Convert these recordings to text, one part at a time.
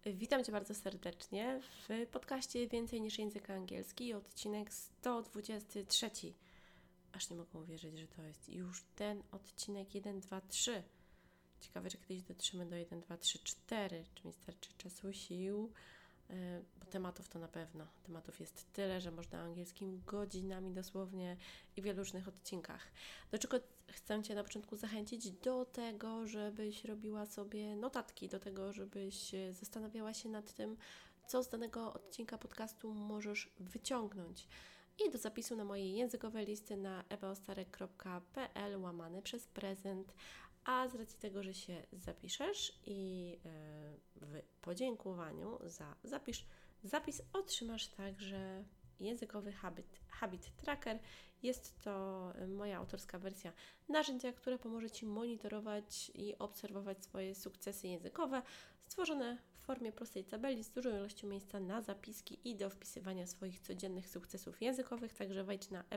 Witam Cię bardzo serdecznie w podcaście Więcej niż język angielski, odcinek 123. Aż nie mogę uwierzyć, że to jest już ten odcinek 1, 2, 3. Ciekawe, czy kiedyś dotrzemy do 1, 2, 3, 4, czy mi starczy czasu, sił, bo tematów to na pewno. Tematów jest tyle, że można angielskim godzinami dosłownie i w wielu różnych odcinkach. Do czego chcę Cię na początku zachęcić? Do tego, żebyś robiła sobie notatki, do tego, żebyś zastanawiała się nad tym, co z danego odcinka podcastu możesz wyciągnąć. I do zapisu na moje językowe listy na ewaostarek.pl/prezent. A z racji tego, że się zapiszesz i w podziękowaniu za zapis otrzymasz także językowy habit tracker. Jest to moja autorska wersja narzędzia, które pomoże Ci monitorować i obserwować swoje sukcesy językowe, stworzone w formie prostej tabeli z dużą ilością miejsca na zapiski i do wpisywania swoich codziennych sukcesów językowych. Także wejdź na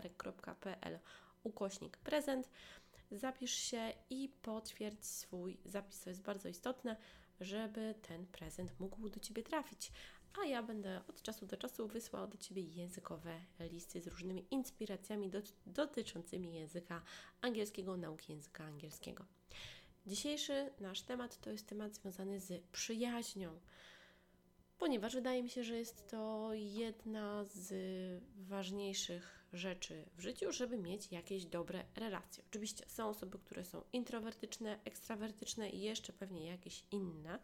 ewaostarek.pl/prezent. Zapisz się i potwierdź swój zapis. To jest bardzo istotne, żeby ten prezent mógł do Ciebie trafić. A ja będę od czasu do czasu wysyłała do Ciebie językowe listy z różnymi inspiracjami dotyczącymi języka angielskiego, nauki języka angielskiego. Dzisiejszy nasz temat to jest temat związany z przyjaźnią, ponieważ wydaje mi się, że jest to jedna z ważniejszych rzeczy w życiu, żeby mieć jakieś dobre relacje. Oczywiście są osoby, które są introwertyczne, ekstrawertyczne i jeszcze pewnie jakieś inne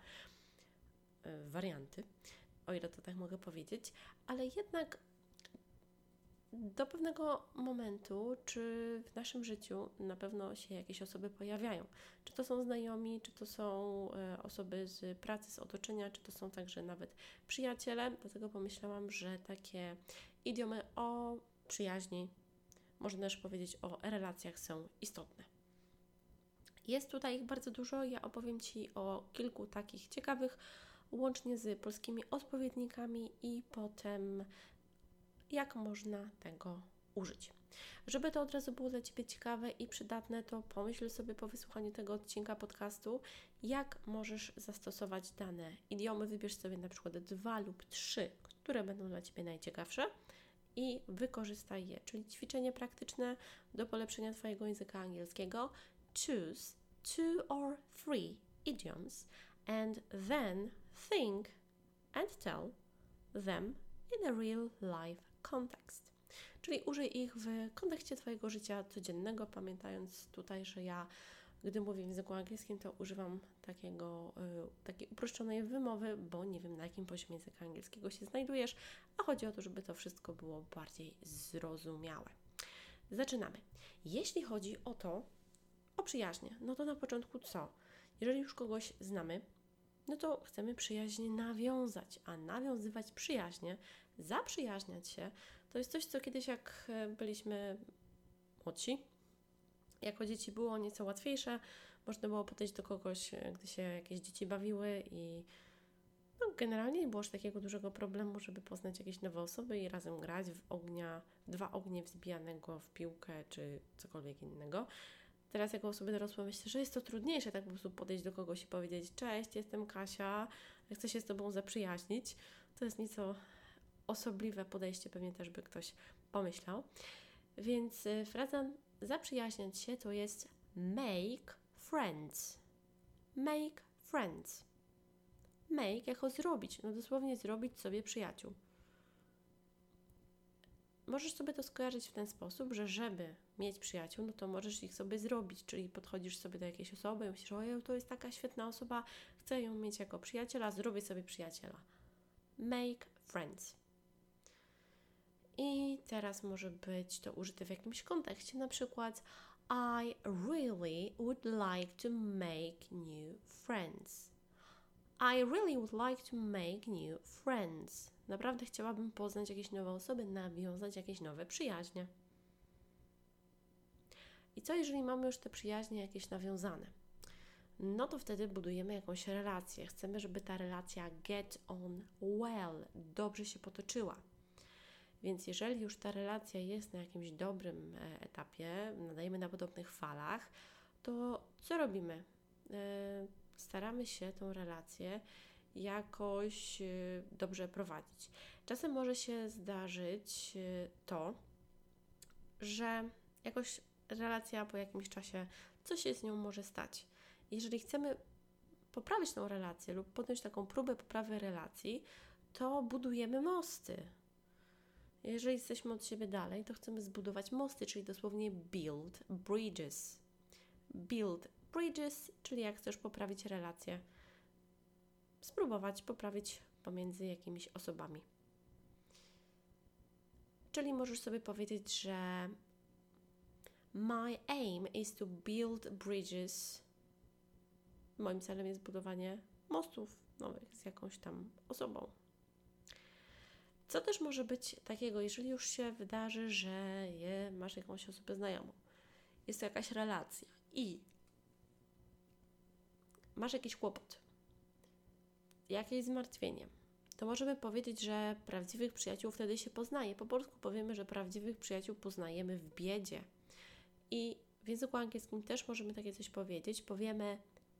warianty, o ile to tak mogę powiedzieć, ale jednak do pewnego momentu, czy w naszym życiu na pewno się jakieś osoby pojawiają. Czy to są znajomi, czy to są osoby z pracy, z otoczenia, czy to są także nawet przyjaciele. Dlatego pomyślałam, że takie idiomy o przyjaźni, można też powiedzieć o relacjach, są istotne. Jest tutaj ich bardzo dużo. Ja opowiem Ci o kilku takich ciekawych, łącznie z polskimi odpowiednikami i potem jak można tego użyć. Żeby to od razu było dla Ciebie ciekawe i przydatne, to pomyśl sobie po wysłuchaniu tego odcinka podcastu, jak możesz zastosować dane idiomy. Wybierz sobie na przykład 2 lub 3, które będą dla Ciebie najciekawsze i wykorzystaj je, czyli ćwiczenie praktyczne do polepszenia Twojego języka angielskiego. Choose 2 or 3 idioms and then think and tell them in a real life context. Czyli użyj ich w kontekście Twojego życia codziennego, pamiętając tutaj, że ja, gdy mówię w języku angielskim, to używam takiej uproszczonej wymowy, bo nie wiem, na jakim poziomie języka angielskiego się znajdujesz, a chodzi o to, żeby to wszystko było bardziej zrozumiałe. Zaczynamy. Jeśli chodzi o przyjaźnie, no to na początku co? Jeżeli już kogoś znamy, no to chcemy przyjaźń nawiązać, a nawiązywać przyjaźnie, zaprzyjaźniać się, to jest coś, co kiedyś jak byliśmy młodsi, jako dzieci było nieco łatwiejsze, można było podejść do kogoś, gdy się jakieś dzieci bawiły i generalnie nie było już takiego dużego problemu, żeby poznać jakieś nowe osoby i razem grać w 2 ognie wzbijanego w piłkę czy cokolwiek innego. Teraz jako osoby dorosłe myślę, że jest to trudniejsze tak po prostu podejść do kogoś i powiedzieć: cześć, jestem Kasia, chcę się z Tobą zaprzyjaźnić. To jest nieco osobliwe podejście, pewnie też by ktoś pomyślał. Więc fraza zaprzyjaźniać się to jest make friends. Make friends. Make jako zrobić, no dosłownie zrobić sobie przyjaciół. Możesz sobie to skojarzyć w ten sposób, że żeby mieć przyjaciół, no to możesz ich sobie zrobić, czyli podchodzisz sobie do jakiejś osoby i myślisz: ojej, to jest taka świetna osoba, chcę ją mieć jako przyjaciela, zrobię sobie przyjaciela. Make friends. I teraz może być to użyte w jakimś kontekście, na przykład I really would like to make new friends. I really would like to make new friends. Naprawdę chciałabym poznać jakieś nowe osoby, nawiązać jakieś nowe przyjaźnie. I co jeżeli mamy już te przyjaźnie jakieś nawiązane? No to wtedy budujemy jakąś relację. Chcemy, żeby ta relacja get on well, dobrze się potoczyła. Więc jeżeli już ta relacja jest na jakimś dobrym etapie, nadajemy na podobnych falach, to co robimy? Staramy się tą relację jakoś dobrze prowadzić. Czasem może się zdarzyć to, że jakoś relacja po jakimś czasie, coś się z nią może stać. Jeżeli chcemy poprawić tą relację lub podjąć taką próbę poprawy relacji, to budujemy mosty. Jeżeli jesteśmy od siebie dalej, to chcemy zbudować mosty, czyli dosłownie build bridges. Build bridges, czyli jak chcesz poprawić relację, spróbować poprawić pomiędzy jakimiś osobami. Czyli możesz sobie powiedzieć, że my aim is to build bridges. Moim celem jest budowanie mostów nowych z jakąś tam osobą. Co też może być takiego, jeżeli już się wydarzy, że masz jakąś osobę znajomą, jest to jakaś relacja i masz jakiś kłopot, jakieś zmartwienie, to możemy powiedzieć, że prawdziwych przyjaciół wtedy się poznaje. Po polsku powiemy, że prawdziwych przyjaciół poznajemy w biedzie. I w języku angielskim też możemy takie coś powiedzieć. Powiemy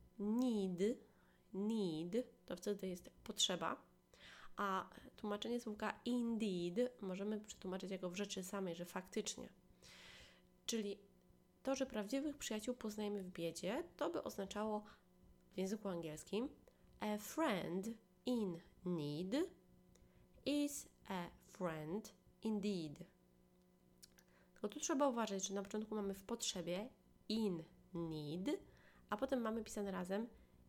need, to wtedy jest potrzeba, a tłumaczenie słówka indeed możemy przetłumaczyć jako w rzeczy samej, że faktycznie. Czyli to, że prawdziwych przyjaciół poznajemy w biedzie, to by oznaczało w języku angielskim a friend in need is a friend indeed. Tylko tu trzeba uważać, że na początku mamy w potrzebie in need, a potem mamy pisane razem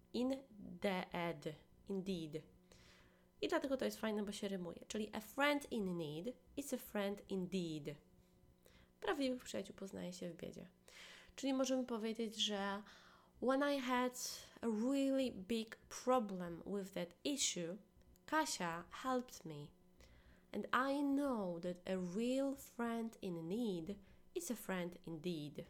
indeed. I dlatego to jest fajne, bo się rymuje. Czyli a friend in need is a friend indeed. Prawdziwych przyjaciół poznaje się w biedzie. Czyli możemy powiedzieć, że when I had a really big problem with that issue, Kasia helped me. And I know that a real friend in need is a friend indeed.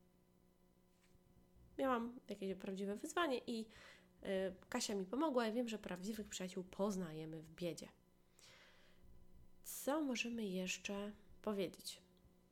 Miałam jakieś prawdziwe wyzwanie i Kasia mi pomogła. Ja wiem, że prawdziwych przyjaciół poznajemy w biedzie. Co możemy jeszcze powiedzieć?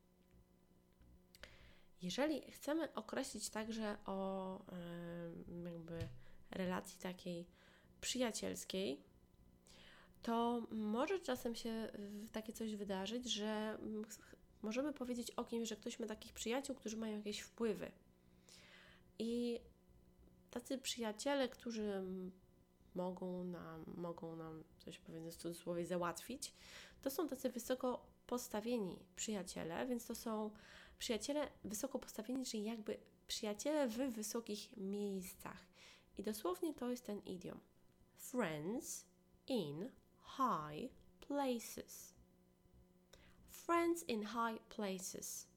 Jeżeli chcemy określić także o jakby relacji takiej przyjacielskiej, to może czasem się takie coś wydarzyć, że możemy powiedzieć o kimś, że ktoś ma takich przyjaciół, którzy mają jakieś wpływy. I tacy przyjaciele, którzy mogą nam coś, powiedzmy w cudzysłowie, załatwić, to są tacy wysoko postawieni przyjaciele, więc to są przyjaciele wysoko postawieni, czyli jakby przyjaciele w wysokich miejscach. I dosłownie to jest ten idiom. Friends in high places. Friends in high places.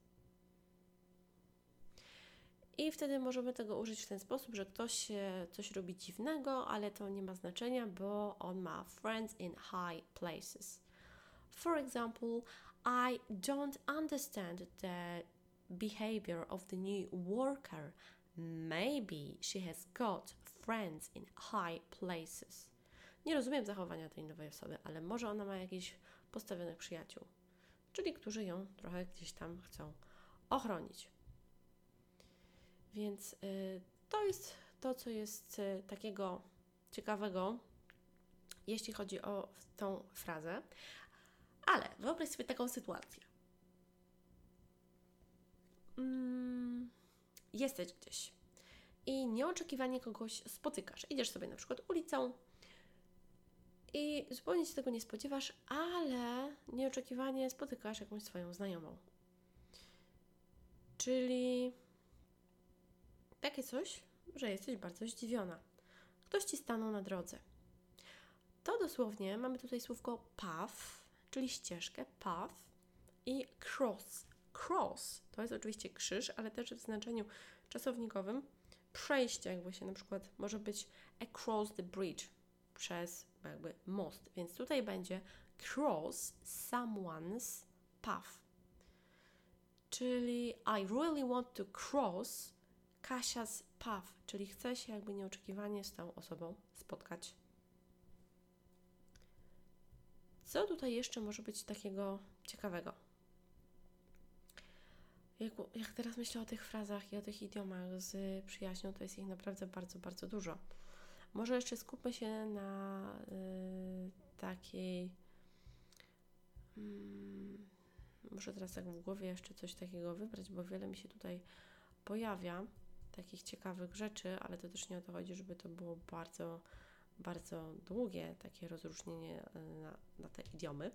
I wtedy możemy tego użyć w ten sposób, że ktoś coś robi dziwnego, ale to nie ma znaczenia, bo on ma friends in high places. For example, I don't understand the behavior of the new worker. Maybe she has got friends in high places. Nie rozumiem zachowania tej nowej osoby, ale może ona ma jakichś postawionych przyjaciół, czyli którzy ją trochę gdzieś tam chcą ochronić. Więc to jest to, co jest takiego ciekawego, jeśli chodzi o tą frazę. Ale wyobraź sobie taką sytuację. Jesteś gdzieś i nieoczekiwanie kogoś spotykasz. Idziesz sobie na przykład ulicą i zupełnie się tego nie spodziewasz, ale nieoczekiwanie spotykasz jakąś swoją znajomą. Czyli takie coś, że jesteś bardzo zdziwiona. Ktoś Ci stanął na drodze. To dosłownie mamy tutaj słówko path, czyli ścieżkę, path i cross. Cross to jest oczywiście krzyż, ale też w znaczeniu czasownikowym przejście, jakby się na przykład może być across the bridge, przez jakby most. Więc tutaj będzie cross someone's path. Czyli I really want to cross Kasia's path, czyli chcę się jakby nieoczekiwanie z tą osobą spotkać. Co tutaj jeszcze może być takiego ciekawego? Jak teraz myślę o tych frazach i o tych idiomach z przyjaźnią, to jest ich naprawdę bardzo, bardzo dużo. Może jeszcze skupmy się na takiej... muszę teraz tak w głowie jeszcze coś takiego wybrać, bo wiele mi się tutaj pojawia takich ciekawych rzeczy, ale to też nie o to chodzi, żeby to było bardzo, bardzo długie takie rozróżnienie na te idiomy.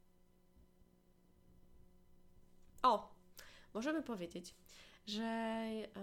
Możemy powiedzieć, że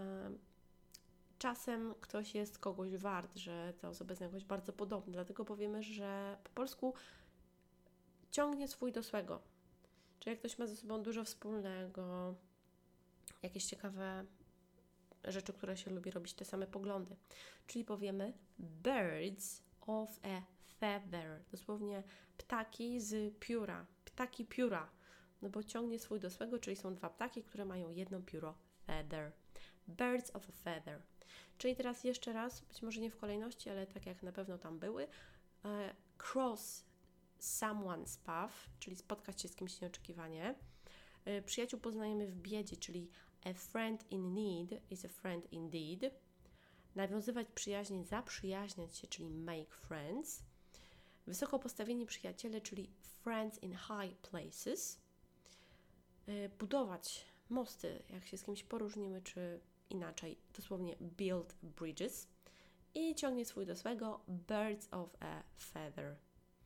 czasem ktoś jest kogoś wart, że ta osoba jest jakoś bardzo podobna, dlatego powiemy, że po polsku ciągnie swój do swego. Czyli jak ktoś ma ze sobą dużo wspólnego, jakieś ciekawe rzeczy, które się lubi robić, te same poglądy. Czyli powiemy birds of a feather. Dosłownie ptaki z pióra. Ptaki pióra. No bo ciągnie swój do swego, czyli są dwa ptaki, które mają jedno pióro. Feather. Birds of a feather. Czyli teraz jeszcze raz, być może nie w kolejności, ale tak jak na pewno tam były. Cross someone's path, czyli spotkać się z kimś nieoczekiwanie. Przyjaciół poznajemy w biedzie, czyli a friend in need is a friend indeed. Nawiązywać przyjaźnie, zaprzyjaźniać się, czyli make friends. Wysoko postawieni przyjaciele, czyli friends in high places. Budować mosty, jak się z kimś poróżnimy, czy inaczej, dosłownie build bridges. I ciągnie swój do swego birds of a feather.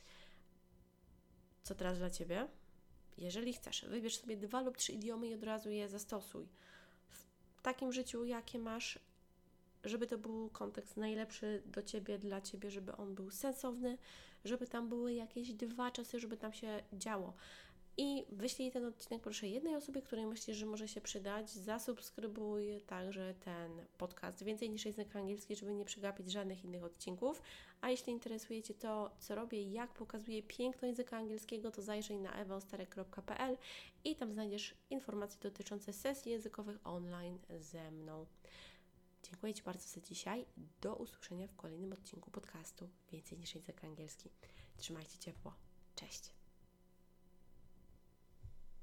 Co teraz dla Ciebie? Jeżeli chcesz, wybierz sobie 2 lub 3 idiomy i od razu je zastosuj. W takim życiu, jakie masz, żeby to był kontekst najlepszy do Ciebie, dla Ciebie, żeby on był sensowny, żeby tam były jakieś 2 czasy, żeby tam się działo. I wyślij ten odcinek proszę jednej osobie, której myślisz, że może się przydać. Zasubskrybuj także ten podcast Więcej niż język angielski, żeby nie przegapić żadnych innych odcinków. A jeśli interesuje Cię to, co robię i jak pokazuję piękno języka angielskiego, to zajrzyj na ewaostarek.pl i tam znajdziesz informacje dotyczące sesji językowych online ze mną. Dziękuję Ci bardzo za dzisiaj. Do usłyszenia w kolejnym odcinku podcastu Więcej niż język angielski. Trzymajcie ciepło. Cześć!